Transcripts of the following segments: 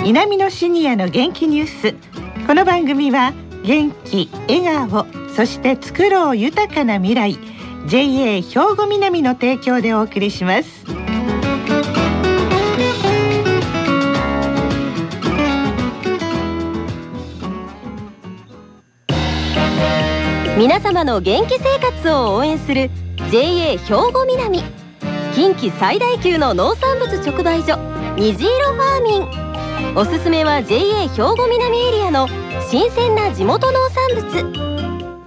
南のシニアの元気ニュース。この番組は元気、笑顔、そして作ろう豊かな未来 JA 兵庫南の提供でお送りします。 皆様の元気生活を応援する JA 兵庫南、近畿最大級の農産物直売所虹色ファーミン。おすすめは JA 兵庫南エリアの新鮮な地元農産物。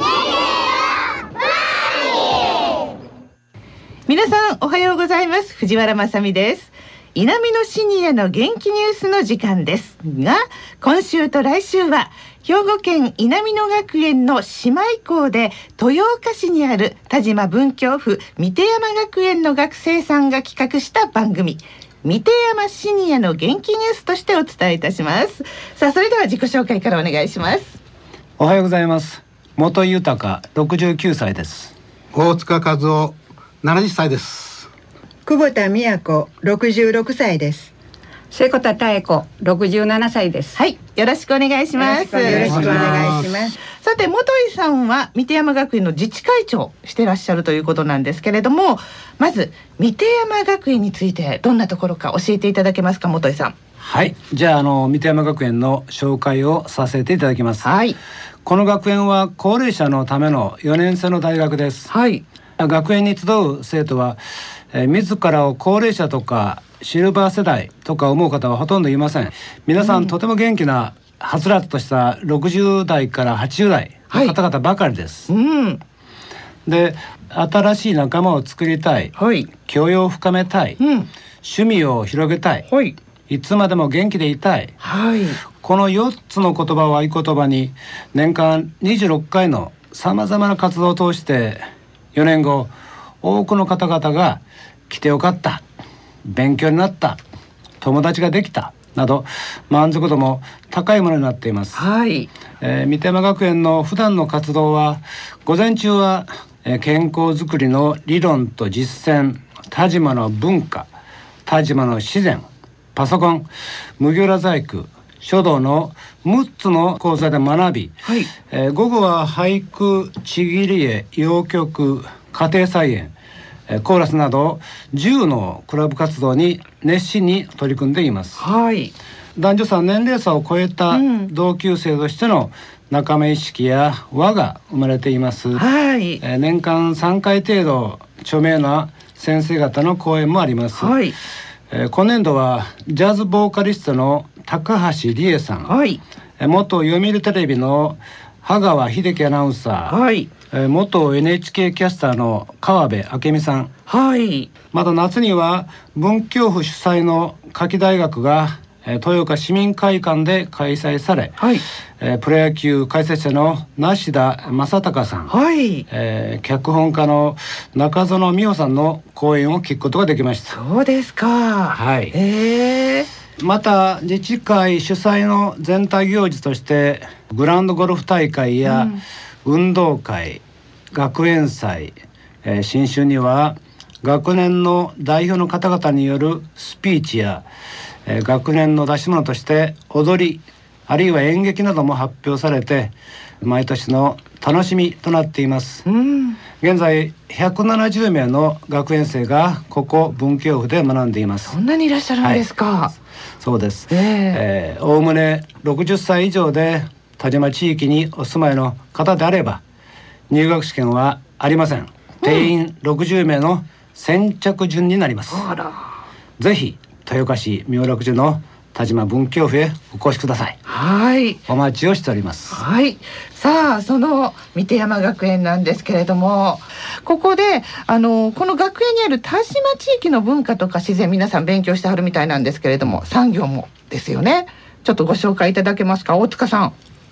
皆さんおはようございます。藤原まさみです。南のシニアの元気ニュースの時間ですが、今週と来週は兵庫県稲美野学園の姉妹校で豊岡市にある田島文教府三手山学園の学生さんが企画した番組、三手山シニアの元気ニュースとしてお伝えいたします。さあ、それでは自己紹介からお願いします。 おはようございます。本豊69歳です。 大塚和夫70歳です。 久保田美也子66歳です。 瀬古田妙子67歳です。 はい、よろしくお願いします。 よろしくお願いします。 さて、本井さんは三手山学園の自治会長してらっしゃるということなんですけれども、まず三手山学園についてどんなところか教えていただけますか、本井さん。 はい、じゃあ三手山学園の紹介をさせていただきます。 はい。 この学園は高齢者のための4年生の大学です。 はい。 学園に集う生徒は、自らを高齢者とかシルバー世代とか思う方はほとんどいません。皆さん、とても元気なはつらつとした60代から80代の方々ばかりです。で、新しい仲間を作りたい、教養を深めたい、趣味を広げたい、いつまでも元気でいたい、この4つの言葉を合言葉に年間26回のさまざまな活動を通して4年後、多くの方々が来てよかった、勉強になった、友達ができたなど満足度も高いものになっています。三手山学園の普段の活動は、午前中は健康づくりの理論と実践、田島の文化、田島の自然、パソコン、麦わら細工、書道の6つの講座で学び、午後は俳句、ちぎり絵、謡曲、家庭菜園、コーラスなど10のクラブ活動に熱心に取り組んでいます。男女差年齢差を超えた同級生としての仲間意識や輪が生まれています。年間3回程度著名な先生方の講演もあります。今年度はジャズボーカリストの高橋理恵さん、元読売テレビの羽川秀樹アナウンサー、元 NHK キャスターの川辺明美さん、また夏には文教府主催の夏季大学が豊岡市民会館で開催され、プロ野球解説者の梨田正孝さん、脚本家の中園美穂さんの講演を聞くことができました。 そうですか。 また自治会主催の全体行事としてグランドゴルフ大会や運動会、学園祭、新春には学年の代表の方々によるスピーチや、学年の出し物として踊り、あるいは演劇なども発表されて、毎年の楽しみとなっています。現在170名の学園生がここ文教府で学んでいます。 そんなにいらっしゃるんですか。 そうです。おおむね60歳以上で田島地域にお住まいの方であれば入学試験はありません。定員60名の先着順になります。ぜひ豊岡市妙楽寺の田島文教府へお越しください。お待ちをしております。 さあ、その三手山学園なんですけれども、ここでこの学園にある田島地域の文化とか自然、皆さん勉強してはるみたいなんですけれども、産業もですよね。ちょっとご紹介いただけますか、大塚さん。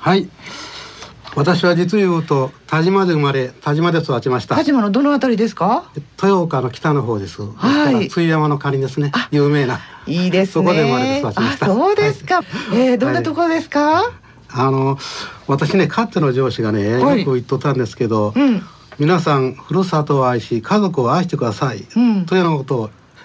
私は実を言うと田島で生まれ田島で育ちました。 田島のどのあたりですか？ 豊岡の北の方です。ですから津山の仮ですね。有名な。 いいですね。 そこで生まれて育ちました。 そうですか。どんなところですか？ 私ね、かつての上司がね、よく言っとったんですけど、皆さんふるさとを愛し家族を愛してください、というようなことを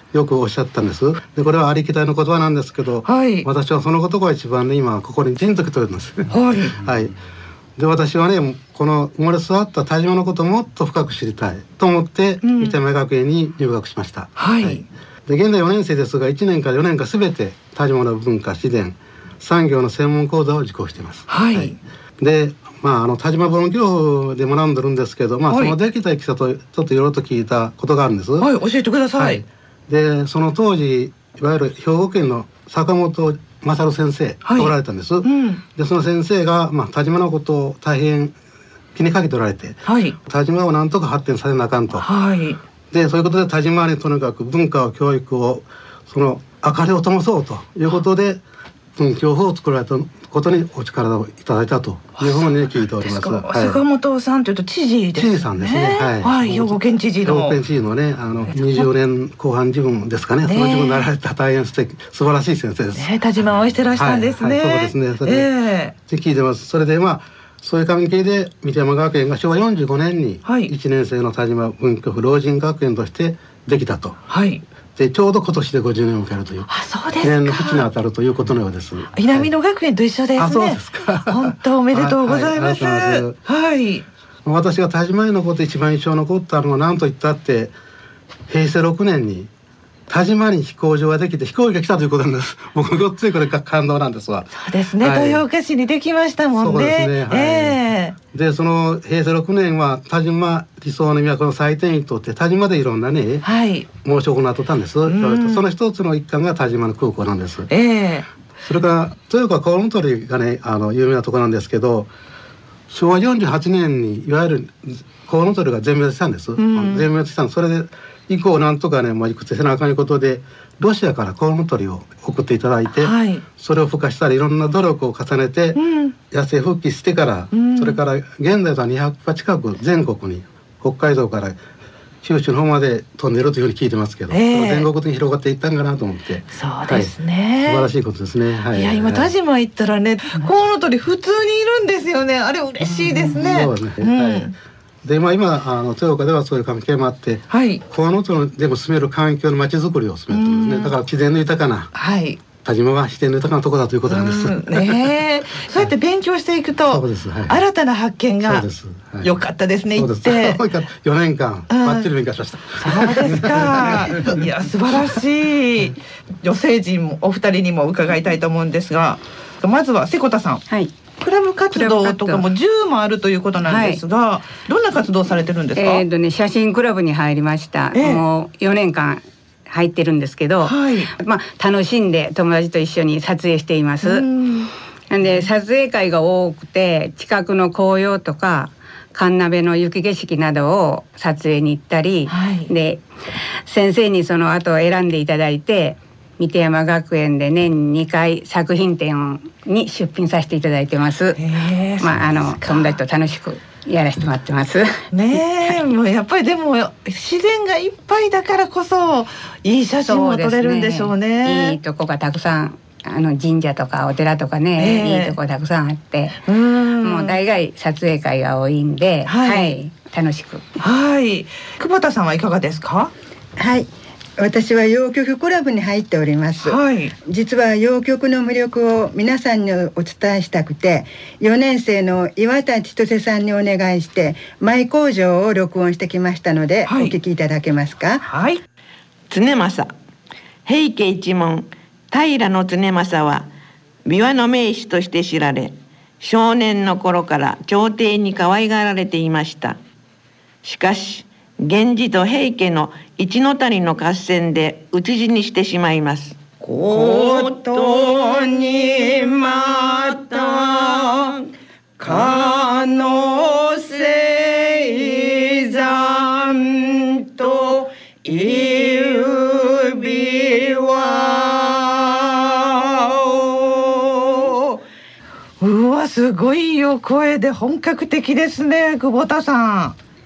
よくおっしゃったんです。でこれはありきたりの言葉なんですけど、 はい、 私はその言葉が一番ね今ここにじんときております。 はい、 はい、で私はねこの生まれ育った田島のことをもっと深く知りたいと思って、三田山学園に入学しました。 はい、 で現在4年生ですが1年から4年間すべて田島の文化自然産業の専門講座を受講しています。 はい、 で田島文教で学んでるんですけど、そのできたいきさとちょっといろいろと聞いたことがあるんです。 はい、教えてください。はい、 でその当時いわゆる兵庫県の坂本勝先生がおられたんです。でその先生が、田島のことを大変気にかけておられて、田島をなんとか発展させなあかんと。でそういうことで田島にとにかく文化を教育をその明かりを灯そうということで文教法を作られたことにお力をいただいたというふうに聞いております。 坂本さんというと知事ですね。 知事さんですね。 兵庫県知事の。 兵庫県知事のね20年後半自分ですかね。その自分になられた大変素晴らしい先生です。 田島を愛してらしたんですね。 そうですね。それで聞いてます。それでそういう関係で三田山学園が昭和45年に1年生の田島文教府老人学園としてできたと。でちょうど今年で50年を迎えるという記念の節にあたるということのようです。 稲美野学園と一緒ですね。 そうですか。 本当おめでとうございます。はい。 私が田島のこと一番印象に残ったのは何と言ったって平成6年に田島に飛行場ができて飛行機が来たということなんです。僕ごっついこれが感動なんですわ。 そうですね。豊岡市にできましたもんね。 そうですね。でその平成6年は田島理想の都の祭典にとって田島でいろんなね、申しを行ってたんです。その一つの一環が田島の空港なんです。それから豊岡コウノトリがね有名なところなんですけど、昭和48年にいわゆるコウノトリが全滅したんです。全滅したの。それで以降なんとかねいくつせなあかんいうことでロシアからコウノトリを送っていただいて、それを孵化したりいろんな努力を重ねて、野生復帰してから、それから現在は200羽近く全国に北海道から九州の方まで飛んでいるというふうに聞いてますけど、全国的に広がっていったんかなと思って。 そうですね、 素晴らしいことですね。 いや今田島行ったらねコウノトリ普通にいるんですよね。あれ嬉しいですね。 そうですね。で今豊岡ではそういう関係もあって、コウノトリでも住める環境のまちづくりを進めてるんですね。だから自然の豊かな、田島は自然の豊かなところだということなんです。 そうやって勉強していくと新たな発見が良かったですね。行って 4年間バッチリ勉強しました。 そうですか。いや素晴らしい。女性陣お二人にも伺いたいと思うんですが、まずは瀬古田さん。クラブ活動とかも10もあるということなんですが、どんな活動されてるんですか？ 写真クラブに入りました。もう4年間入ってるんですけど、楽しんで友達と一緒に撮影しています。なんで撮影会が多くて近くの紅葉とか神鍋の雪景色などを撮影に行ったり、で先生にその後選んでいただいて三田山学園で年2回作品展に出品させていただいてます。友達と楽しくやらせてもらってますね。もうやっぱりでも自然がいっぱいだからこそいい写真も撮れるんでしょうね。 いいとこがたくさん神社とかお寺とかね、いいとこたくさんあって、もう大概撮影会が多いんで、楽しく。 久保田さんはいかがですか？ 私は洋曲クラブに入っております。実は洋曲の魅力を皆さんにお伝えしたくて、4年生の岩田千歳さんにお願いして舞工場を録音してきましたので、お聞きいただけますか？ 常政、平家一門平常政は琵琶の名手として知られ、少年の頃から朝廷に可愛がられていました。しかし源氏と平家の一の谷の合戦で討ち死にしてしまいます。 ことにまた可能性残というびは。 うわすごいよ声で本格的ですね久保田さん。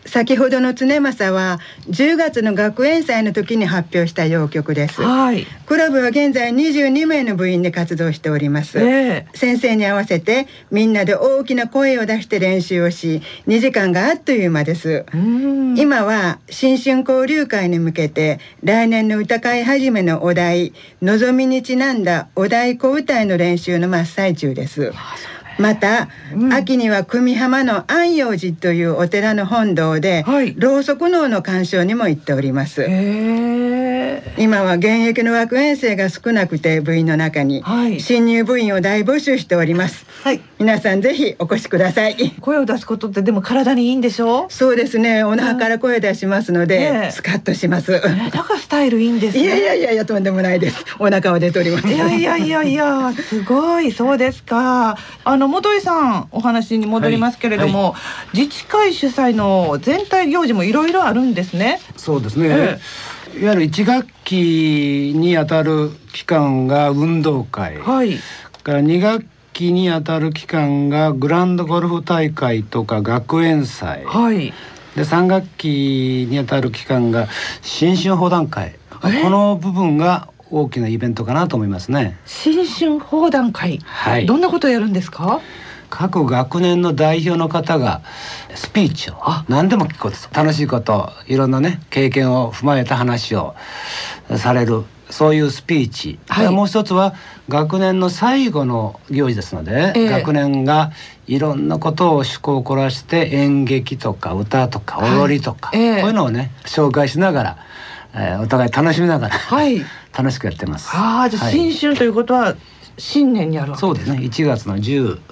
先ほどの常正は10月の学園祭の時に発表した謡曲です。クラブは現在22名の部員で活動しております。先生に合わせてみんなで大きな声を出して練習をし、2時間があっという間です。今は新春交流会に向けて来年の歌会始めのお題のぞみにちなんだお題小歌いの練習の真っ最中です。また、秋には久美浜の安養寺というお寺の本堂で、ろうそく能の鑑賞にも行っております。今は現役の学園生が少なくて部員の中に、新入部員を大募集しております。皆さんぜひお越しください。 声を出すことってでも体にいいんでしょう？ そうですね、お腹から声出しますので、スカッとします。 だからスタイルいいんですね。 いやとんでもないです。お腹は出ております。 いやすごい。そうですか。元井さん、お話に戻りますけれども、自治会主催の全体行事もいろいろあるんですね。 そうですね、いわゆる1学期にあたる期間が運動会、から2学期にあたる期間がグランドゴルフ大会とか学園祭、で3学期にあたる期間が新春砲弾会、この部分が大きなイベントかなと思いますね。 新春砲弾会、どんなことをやるんですか？ 各学年の代表の方がスピーチを何でも聞くこと、楽しいこと、いろんなね経験を踏まえた話をされる、そういうスピーチ、もう一つは学年の最後の行事ですので、学年がいろんなことを趣向を凝らして演劇とか歌とか踊りとか、こういうのをね紹介しながら、お互い楽しみながら、楽しくやってます。 じゃあ新春ということは新年にあるわけです。 そうですね、1月の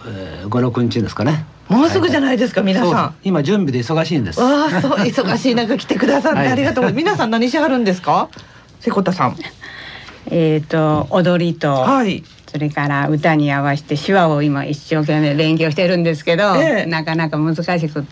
15、16日ですかね。 もうすぐじゃないですか、皆さん。 今準備で忙しいんです。 そう忙しい中来てくださってありがとう。皆さん何しはるんですか？瀬古田さん。 踊りと、それから歌に合わせて手話を今一生懸命勉強してるんですけど、なかなか難しくって、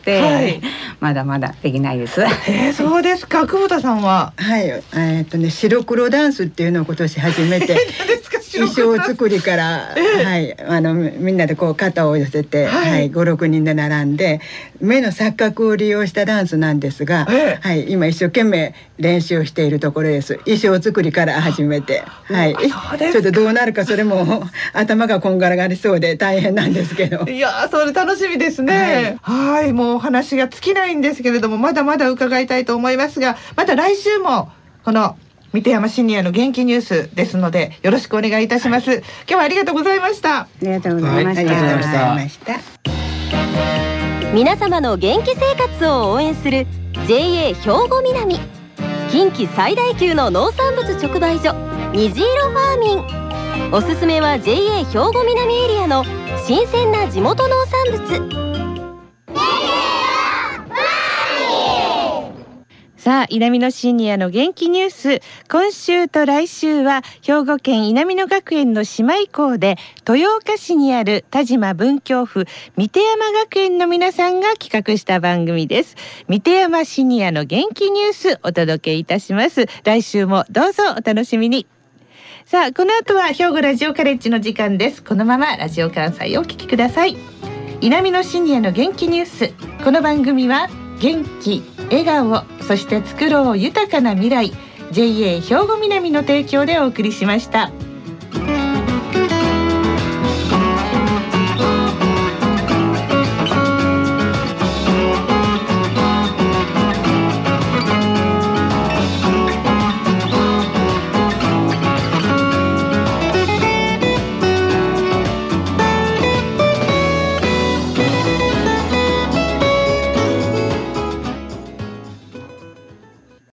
まだまだできないです。 そうですか。久保田さんは？ 白黒ダンスっていうのを今年初めて衣装作りから、みんなでこう肩を寄せて、5、6人で並んで目の錯覚を利用したダンスなんですが、今一生懸命練習しているところです。衣装作りから始めて、ちょっとどうなるかそれも頭がこんがらがりそうで大変なんですけど。 いやそれ楽しみですね。もうお話が尽きないんですけれども、まだまだ伺いたいと思いますが、また来週もこの三手山シニアの元気ニュースですのでよろしくお願いいたします。今日はありがとうございました。 ありがとうございました。 皆様の元気生活を応援する JA 兵庫南、近畿最大級の農産物直売所虹色ファーミン。おすすめは JA 兵庫南エリアの新鮮な地元農産物。さあ、稲美野シニアの元気ニュース、今週と来週は兵庫県稲美野学園の姉妹校で豊岡市にある田島文京区三手山学園の皆さんが企画した番組です。三手山シニアの元気ニュースお届けいたします。来週もどうぞお楽しみに。さあ、この後は兵庫ラジオカレッジの時間です。このままラジオ関西をお聞きください。稲美野シニアの元気ニュース、この番組は元気、笑顔、そして作ろう豊かな未来 JA 兵庫南の提供でお送りしました。